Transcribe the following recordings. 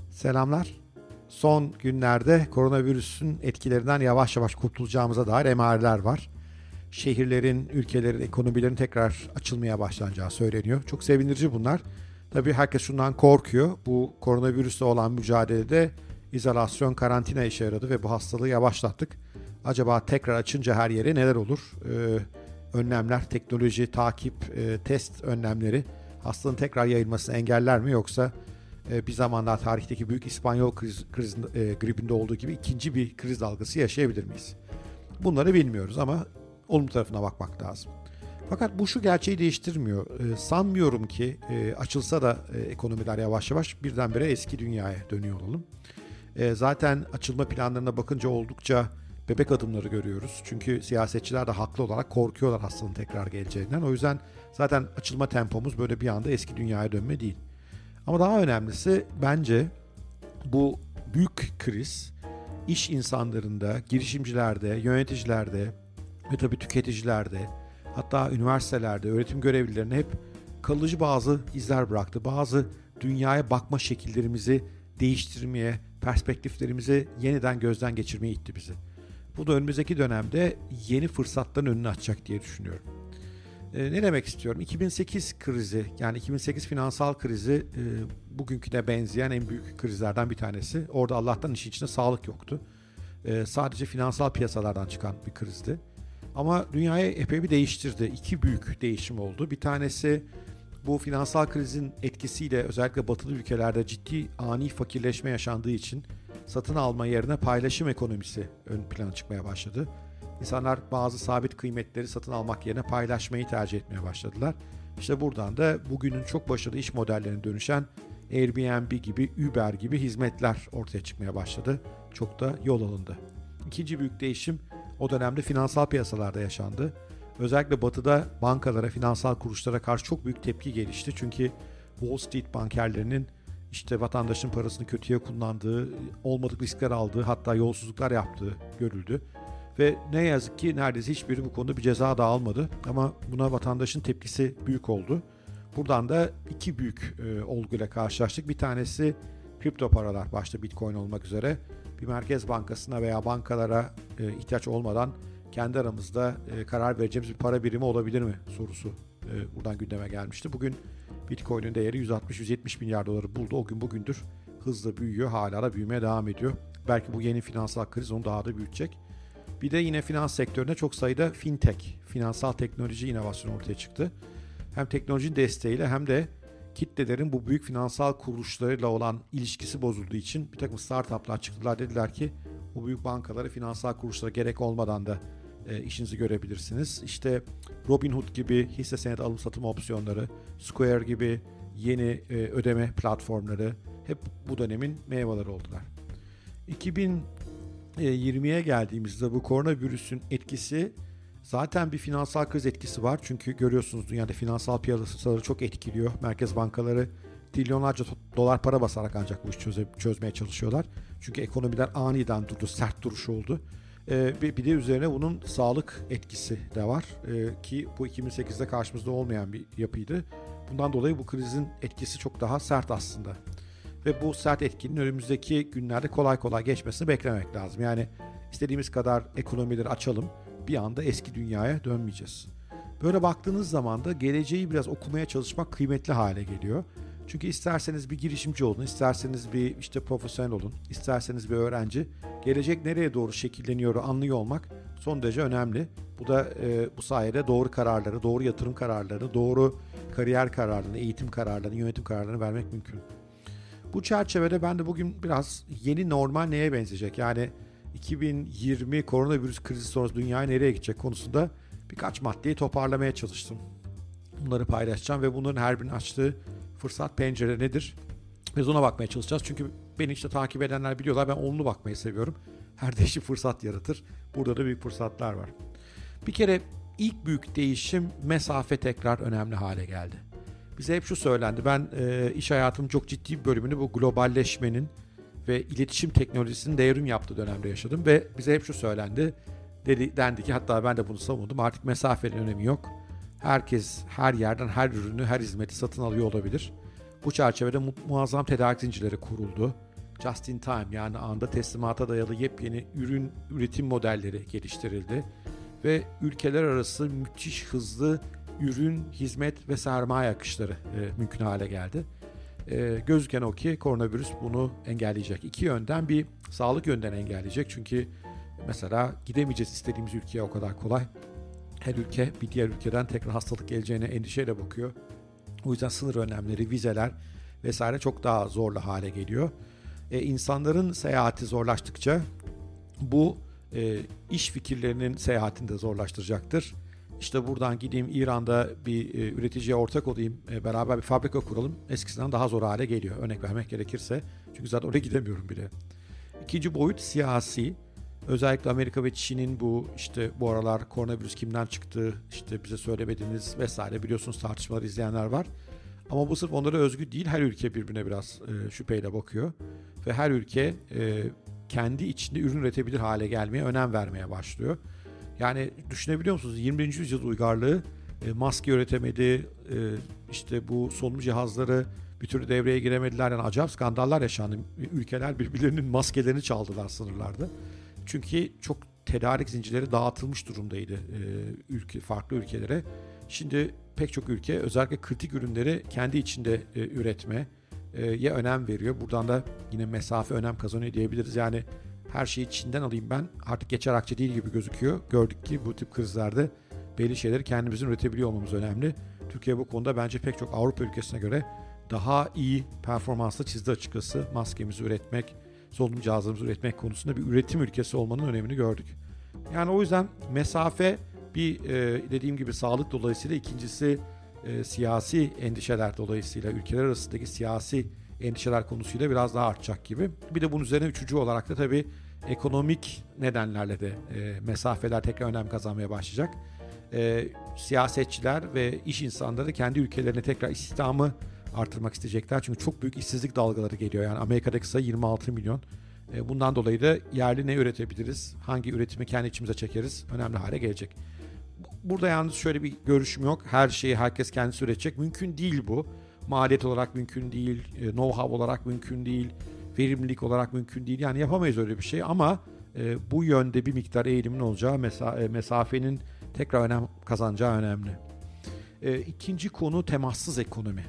Selamlar. Son günlerde koronavirüsün etkilerinden yavaş yavaş kurtulacağımıza dair emareler var. Şehirlerin, ülkelerin, ekonomilerin tekrar açılmaya başlanacağı söyleniyor. Çok sevindirici bunlar. Tabii herkes şundan korkuyor. Bu koronavirüsle olan mücadelede izolasyon, karantina işe yaradı ve bu hastalığı yavaşlattık. Acaba tekrar açınca her yere neler olur? Önlemler, teknoloji, takip, test önlemleri hastalığın tekrar yayılmasını engeller mi, yoksa bir zamanlar tarihteki büyük İspanyol gripinde olduğu gibi ikinci bir kriz dalgası yaşayabilir miyiz? Bunları bilmiyoruz ama olumlu tarafına bakmak lazım. Fakat bu şu gerçeği değiştirmiyor. Sanmıyorum ki açılsa da ekonomiler yavaş yavaş birdenbire eski dünyaya dönüyor olalım. Zaten açılma planlarına bakınca oldukça bebek adımları görüyoruz. Çünkü siyasetçiler de haklı olarak korkuyorlar hastalığın tekrar geleceğinden. O yüzden zaten açılma tempomuz böyle bir anda eski dünyaya dönme değil. Ama daha önemlisi bence bu büyük kriz iş insanlarında, girişimcilerde, yöneticilerde ve tabii tüketicilerde, hatta üniversitelerde öğretim görevlilerine hep kalıcı bazı izler bıraktı. Bazı dünyaya bakma şekillerimizi değiştirmeye, perspektiflerimizi yeniden gözden geçirmeye itti bizi. Bu da önümüzdeki dönemde yeni fırsatların önünü açacak diye düşünüyorum. Ne demek istiyorum? 2008 krizi, yani 2008 finansal krizi bugünküne benzeyen en büyük krizlerden bir tanesi. Orada Allah'tan işin içinde sağlık yoktu. Sadece finansal piyasalardan çıkan bir krizdi. Ama dünyayı epey bir değiştirdi. İki büyük değişim oldu. Bir tanesi bu finansal krizin etkisiyle özellikle batılı ülkelerde ciddi ani fakirleşme yaşandığı için satın alma yerine paylaşım ekonomisi ön plana çıkmaya başladı. İnsanlar bazı sabit kıymetleri satın almak yerine paylaşmayı tercih etmeye başladılar. İşte buradan da bugünün çok başarılı iş modellerine dönüşen Airbnb gibi, Uber gibi hizmetler ortaya çıkmaya başladı. Çok da yol alındı. İkinci büyük değişim o dönemde finansal piyasalarda yaşandı. Özellikle batıda bankalara, finansal kuruluşlara karşı çok büyük tepki gelişti. Çünkü Wall Street bankerlerinin işte vatandaşın parasını kötüye kullandığı, olmadık riskler aldığı, hatta yolsuzluklar yaptığı görüldü. Ve ne yazık ki neredeyse hiçbiri bu konuda bir ceza da almadı. Ama buna vatandaşın tepkisi büyük oldu. Buradan da iki büyük olguyla karşılaştık. Bir tanesi kripto paralar, başta Bitcoin olmak üzere, bir merkez bankasına veya bankalara ihtiyaç olmadan kendi aramızda karar vereceğimiz bir para birimi olabilir mi sorusu buradan gündeme gelmişti. Bugün Bitcoin'in değeri 160-170 milyar doları buldu. O gün bugündür hızla büyüyor, hala da büyümeye devam ediyor. Belki bu yeni finansal kriz onu daha da büyütecek. Bir de yine finans sektöründe çok sayıda fintech, finansal teknoloji inovasyonu ortaya çıktı. Hem teknolojinin desteğiyle hem de kitlelerin bu büyük finansal kuruluşlarıyla olan ilişkisi bozulduğu için bir takım startuplar çıktılar. Dediler ki bu büyük bankaları, finansal kuruluşlara gerek olmadan da işinizi görebilirsiniz. İşte Robinhood gibi hisse senedi alım satım opsiyonları, Square gibi yeni ödeme platformları hep bu dönemin meyveleri oldular. 2020'ye geldiğimizde bu koronavirüsün etkisi, zaten bir finansal kriz etkisi var. Çünkü görüyorsunuz dünyada finansal piyasaları çok etkiliyor. Merkez bankaları trilyonlarca dolar para basarak ancak bu işi çözmeye çalışıyorlar. Çünkü ekonomiler aniden durdu, sert duruş oldu. Bir de üzerine bunun sağlık etkisi de var. Ki bu 2008'de karşımızda olmayan bir yapıydı. Bundan dolayı bu krizin etkisi çok daha sert aslında. Ve bu sert etkinin önümüzdeki günlerde kolay kolay geçmesini beklemek lazım. Yani istediğimiz kadar ekonomileri açalım, bir anda eski dünyaya dönmeyeceğiz. Böyle baktığınız zaman da geleceği biraz okumaya çalışmak kıymetli hale geliyor. Çünkü isterseniz bir girişimci olun, isterseniz bir işte profesyonel olun, isterseniz bir öğrenci, gelecek nereye doğru şekilleniyor anlıyor olmak son derece önemli. Bu da bu sayede doğru kararları, doğru yatırım kararlarını, doğru kariyer kararlarını, eğitim kararlarını, yönetim kararlarını vermek mümkün. Bu çerçevede ben de bugün biraz yeni normal neye benzeyecek? Yani 2020 koronavirüs krizi sonrası dünya nereye gidecek konusunda birkaç maddeyi toparlamaya çalıştım. Bunları paylaşacağım ve bunların her birinin açtığı fırsat pencere nedir? Biz ona bakmaya çalışacağız. Çünkü beni işte takip edenler biliyorlar, ben olumlu bakmayı seviyorum. Her değişim fırsat yaratır. Burada da büyük fırsatlar var. Bir kere ilk büyük değişim, mesafe tekrar önemli hale geldi. Bize hep şu söylendi. Ben iş hayatımın çok ciddi bir bölümünü bu globalleşmenin ve iletişim teknolojisinin devrim yaptığı dönemde yaşadım ve bize hep şu söylendi. Dendi ki, hatta ben de bunu savundum. Artık mesafenin önemi yok. Herkes her yerden her ürünü, her hizmeti satın alıyor olabilir. Bu çerçevede muazzam tedarik zincirleri kuruldu. just in time yani anında teslimata dayalı yepyeni ürün üretim modelleri geliştirildi. Ve ülkeler arası müthiş hızlı ürün, hizmet ve sermaye akışları mümkün hale geldi. Gözüken o ki koronavirüs bunu engelleyecek. İki yönden, bir sağlık yönden engelleyecek. Çünkü mesela gidemeyeceğiz istediğimiz ülkeye o kadar kolay. Her ülke bir diğer ülkeden tekrar hastalık geleceğine endişeyle bakıyor. O yüzden sınır önlemleri, vizeler vesaire çok daha zorlu hale geliyor. İnsanların seyahati zorlaştıkça bu iş fikirlerinin seyahatini de zorlaştıracaktır. İşte buradan gideyim İran'da bir üreticiye ortak olayım, beraber bir fabrika kuralım. Eskisinden daha zor hale geliyor. Örnek vermek gerekirse. Çünkü zaten oraya gidemiyorum bile. İkinci boyut siyasi. Özellikle Amerika ve Çin'in bu aralar koronavirüs kimden çıktı, işte bize söylemediniz vesaire biliyorsunuz tartışmaları izleyenler var. Ama bu sırf onlara özgü değil. Her ülke birbirine biraz şüpheyle bakıyor. Ve her ülke kendi içinde ürün üretebilir hale gelmeye önem vermeye başlıyor. Yani düşünebiliyor musunuz? 21. yüzyıl uygarlığı maske üretemedi, işte bu solunum cihazları bir türlü devreye giremediler. Yani acayip skandallar yaşandı. Ülkeler birbirlerinin maskelerini çaldılar sınırlarda. Çünkü çok tedarik zincirleri dağıtılmış durumdaydı farklı ülkelere. Şimdi pek çok ülke özellikle kritik ürünleri kendi içinde üretmeye önem veriyor. Buradan da yine mesafe önem kazanıyor diyebiliriz. Yani her şeyi Çin'den alayım ben artık geçer akçe değil gibi gözüküyor. Gördük ki bu tip krizlerde belli şeyleri kendimizin üretebiliyor olmamız önemli. Türkiye bu konuda bence pek çok Avrupa ülkesine göre daha iyi performansla çizdi açıkçası. Maskemizi üretmek, solunum cihazlarımızı üretmek konusunda bir üretim ülkesi olmanın önemini gördük. Yani o yüzden mesafe dediğim gibi sağlık dolayısıyla, ikincisi siyasi endişeler dolayısıyla ülkeler arasındaki siyasi endişeler konusuyla biraz daha artacak gibi. Bir de bunun üzerine üçüncü olarak da tabii ekonomik nedenlerle de mesafeler tekrar önem kazanmaya başlayacak. Siyasetçiler ve iş insanları kendi ülkelerine tekrar istihdamı artırmak isteyecekler. Çünkü çok büyük işsizlik dalgaları geliyor. Yani Amerika'daki sayı 26 milyon. Bundan dolayı da yerli ne üretebiliriz? Hangi üretimi kendi içimize çekeriz? Önemli hale gelecek. Burada yalnız şöyle bir görüşüm yok. Her şeyi herkes kendisi üretecek. Mümkün değil bu. Maliyet olarak mümkün değil. Know-how olarak mümkün değil. Verimlilik olarak mümkün değil. Yani yapamayız öyle bir şey ama bu yönde bir miktar eğilimin olacağı, mesafenin tekrar önem kazanacağı önemli. İkinci konu temassız ekonomi.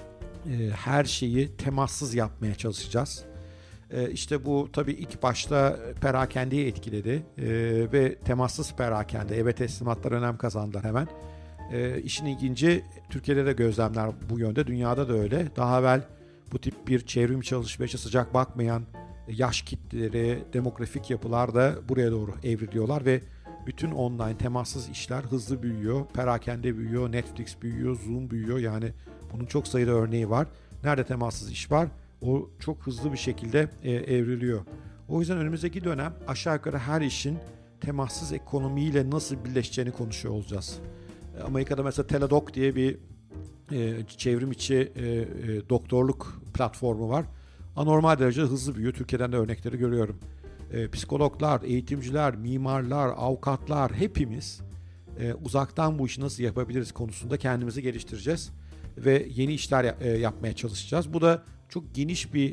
Her şeyi temassız yapmaya çalışacağız. İşte bu tabii ilk başta perakendeyi etkiledi ve temassız perakende, eve teslimatlar önem kazandılar hemen. İşin ilginci, Türkiye'de de gözlemler bu yönde, dünyada da öyle. Daha evvel bu tip bir çevrim çalışmaya sıcak bakmayan yaş kitleleri, demografik yapılar da buraya doğru evriliyorlar ve bütün online temassız işler hızlı büyüyor. Perakende büyüyor, Netflix büyüyor, Zoom büyüyor. Yani bunun çok sayıda örneği var. Nerede temassız iş var? O çok hızlı bir şekilde evriliyor. O yüzden önümüzdeki dönem aşağı yukarı her işin temassız ekonomiyle nasıl birleşeceğini konuşuyor olacağız. Amerika'da mesela Teladoc diye bir çevrim içi doktorluk platformu var. Anormal derecede hızlı büyüyor. Türkiye'den de örnekleri görüyorum. Psikologlar, eğitimciler, mimarlar, avukatlar hepimiz uzaktan bu işi nasıl yapabiliriz konusunda kendimizi geliştireceğiz. Ve yeni işler yapmaya çalışacağız. Bu da çok geniş bir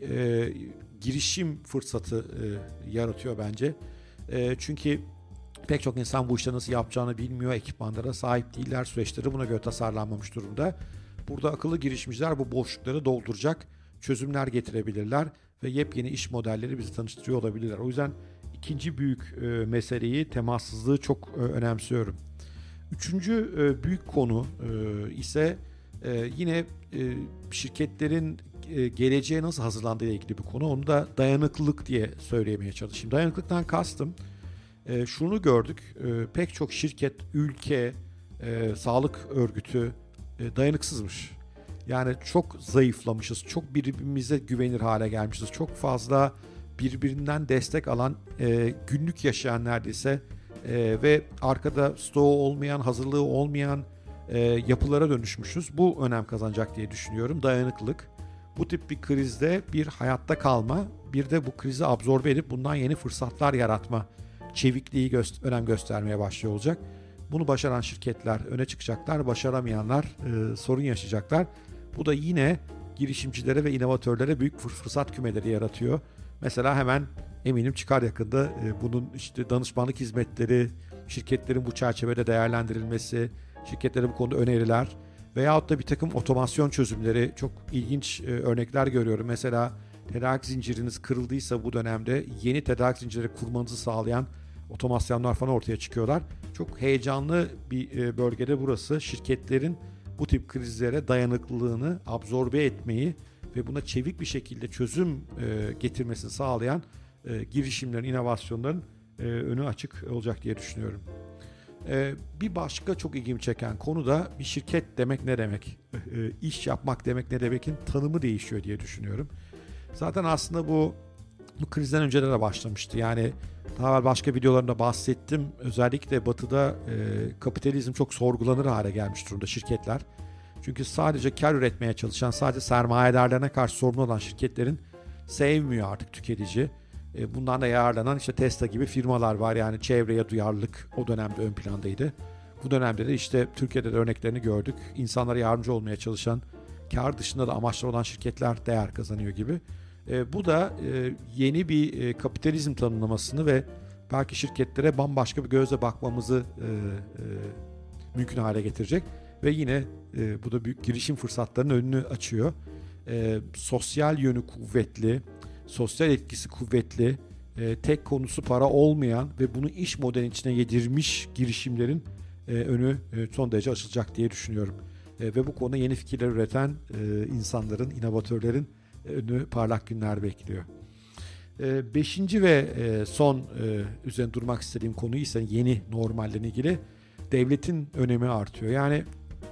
girişim fırsatı yaratıyor bence. Çünkü pek çok insan bu işleri nasıl yapacağını bilmiyor. Ekipmanlara sahip değiller. Süreçleri buna göre tasarlanmamış durumda. Burada akıllı girişimciler bu boşlukları dolduracak çözümler getirebilirler ve yepyeni iş modelleri bizi tanıştırıyor olabilirler. O yüzden ikinci büyük meseleyi, temassızlığı çok önemsiyorum. Üçüncü büyük konu ise yine şirketlerin geleceğe nasıl hazırlandığı ile ilgili bir konu. Onu da dayanıklılık diye söyleyemeye çalışayım. Dayanıklılıktan kastım şunu gördük. Pek çok şirket, ülke, sağlık örgütü dayanıksızmış. Yani çok zayıflamışız, çok birbirimize güvenir hale gelmişiz. Çok fazla birbirinden destek alan, günlük yaşayan neredeyse ve arkada stoğu olmayan, hazırlığı olmayan yapılara dönüşmüşüz. Bu önem kazanacak diye düşünüyorum. Dayanıklılık. Bu tip bir krizde bir hayatta kalma, bir de bu krizi absorbe edip bundan yeni fırsatlar yaratma çevikliği önem göstermeye başlıyor olacak. Bunu başaran şirketler öne çıkacaklar, başaramayanlar sorun yaşayacaklar. Bu da yine girişimcilere ve inovatörlere büyük fırsat kümeleri yaratıyor. Mesela hemen eminim çıkar yakında bunun işte danışmanlık hizmetleri, şirketlerin bu çerçevede değerlendirilmesi, şirketlere bu konuda öneriler veyahut da bir takım otomasyon çözümleri, çok ilginç örnekler görüyorum. Mesela tedarik zinciriniz kırıldıysa bu dönemde yeni tedarik zincirleri kurmanızı sağlayan otomasyonlar falan ortaya çıkıyorlar. Çok heyecanlı bir bölgede burası. Şirketlerin bu tip krizlere dayanıklılığını absorbe etmeyi ve buna çevik bir şekilde çözüm getirmesini sağlayan girişimlerin, inovasyonların önü açık olacak diye düşünüyorum. Bir başka çok ilgimi çeken konu da bir şirket demek ne demek? İş yapmak demek ne demekin tanımı değişiyor diye düşünüyorum. Zaten aslında bu krizden önce de başlamıştı. Yani daha evvel başka videolarımda bahsettim. Özellikle Batı'da kapitalizm çok sorgulanır hale gelmiş durumda şirketler. Çünkü sadece kar üretmeye çalışan, sadece sermayedarlarına karşı sorumlu olan şirketlerin sevmiyor artık tüketici. Bundan da yararlanan işte Tesla gibi firmalar var. Yani çevreye duyarlılık o dönemde ön plandaydı. Bu dönemde de işte Türkiye'de de örneklerini gördük. İnsanlara yardımcı olmaya çalışan, kar dışında da amaçlı olan şirketler değer kazanıyor gibi. Bu da yeni bir kapitalizm tanımlamasını ve belki şirketlere bambaşka bir gözle bakmamızı mümkün hale getirecek. Ve yine bu da büyük girişim fırsatlarının önünü açıyor. Sosyal yönü kuvvetli, sosyal etkisi kuvvetli, tek konusu para olmayan ve bunu iş modelinin içine yedirmiş girişimlerin önü son derece açılacak diye düşünüyorum. Ve bu konuda yeni fikirler üreten insanların, inovatörlerin önü parlak günler bekliyor. Beşinci ve son üzerine durmak istediğim konu ise yeni normalle ilgili devletin önemi artıyor. Yani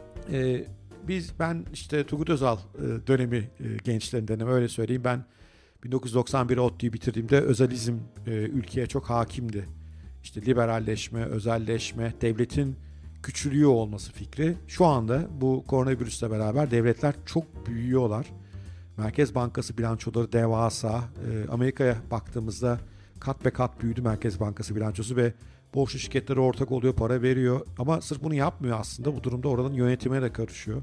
ben işte Turgut Özal dönemi gençlerindenim, öyle söyleyeyim. Ben 1991 ODTÜ'yü bitirdiğimde özalizm ülkeye çok hakimdi. İşte liberalleşme, özelleşme, devletin küçülüyor olması fikri. Şu anda bu koronavirüsle beraber devletler çok büyüyorlar. Merkez Bankası bilançoları devasa. Amerika'ya baktığımızda kat be kat büyüdü Merkez Bankası bilançosu ve borçlu şirketlere ortak oluyor, para veriyor. Ama sırf bunu yapmıyor aslında. Bu durumda oranın yönetimine de karışıyor.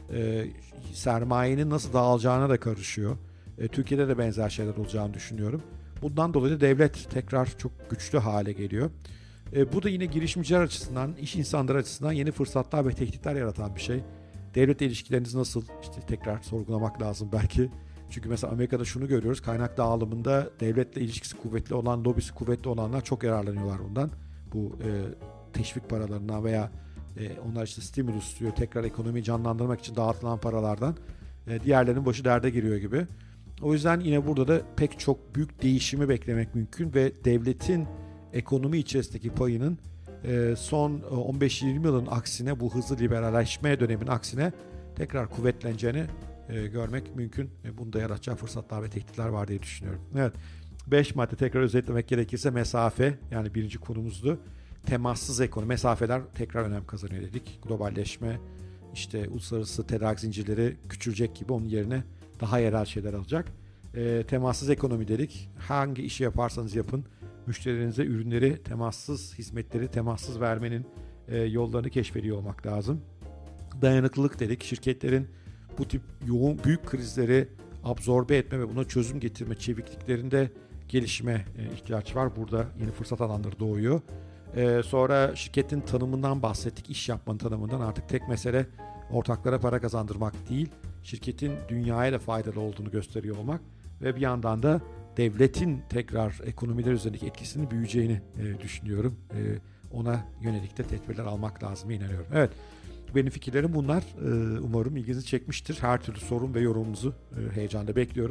Sermayenin nasıl dağılacağına da karışıyor. Türkiye'de de benzer şeyler olacağını düşünüyorum. Bundan dolayı da devlet tekrar çok güçlü hale geliyor. Bu da yine girişimciler açısından, iş insanları açısından yeni fırsatlar ve tehditler yaratan bir şey. Devletle ilişkileriniz nasıl? İşte tekrar sorgulamak lazım belki. Çünkü mesela Amerika'da şunu görüyoruz. Kaynak dağılımında devletle ilişkisi kuvvetli olan, lobisi kuvvetli olanlar çok yararlanıyorlar bundan. Bu teşvik paralarından veya onlar işte stimulus diyor, tekrar ekonomiyi canlandırmak için dağıtılan paralardan diğerlerinin başı derde giriyor gibi. O yüzden yine burada da pek çok büyük değişimi beklemek mümkün ve devletin ekonomi içerisindeki payının son 15-20 yılın aksine, bu hızlı liberalleşme dönemin aksine tekrar kuvvetleneceğini görmek mümkün. Bunda yaratacağı fırsatlar ve tehditler var diye düşünüyorum. Evet, 5 madde tekrar özetlemek gerekirse: mesafe, yani birinci konumuzdu. Temassız ekonomi, mesafeler tekrar önem kazanıyor dedik. Globalleşme, işte uluslararası tedarik zincirleri küçülecek gibi, onun yerine daha yerel şeyler alacak. Temassız ekonomi dedik. Hangi işi yaparsanız yapın, müşterilerinize ürünleri temassız, hizmetleri temassız vermenin yollarını keşfediyor olmak lazım. Dayanıklılık dedik. Şirketlerin bu tip yoğun, büyük krizleri absorbe etme ve buna çözüm getirme çevikliklerinde gelişime ihtiyaç var. Burada yeni fırsat alanları doğuyor. Sonra şirketin tanımından bahsettik. İş yapmanın tanımından. Artık tek mesele ortaklara para kazandırmak değil, şirketin dünyaya da faydalı olduğunu gösteriyor olmak ve bir yandan da devletin tekrar ekonomiler üzerindeki etkisinin büyüyeceğini düşünüyorum. Ona yönelik de tedbirler almak lazım, inanıyorum. Evet, benim fikirlerim bunlar. Umarım ilginizi çekmiştir. Her türlü sorun ve yorumunuzu heyecanla bekliyorum.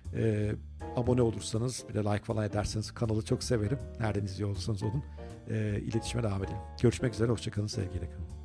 Abone olursanız, bir de like falan ederseniz kanalı çok severim. Nereden izliyor olursanız olun. İletişime devam edelim. Görüşmek üzere, hoşçakalın, sevgiyle kalın.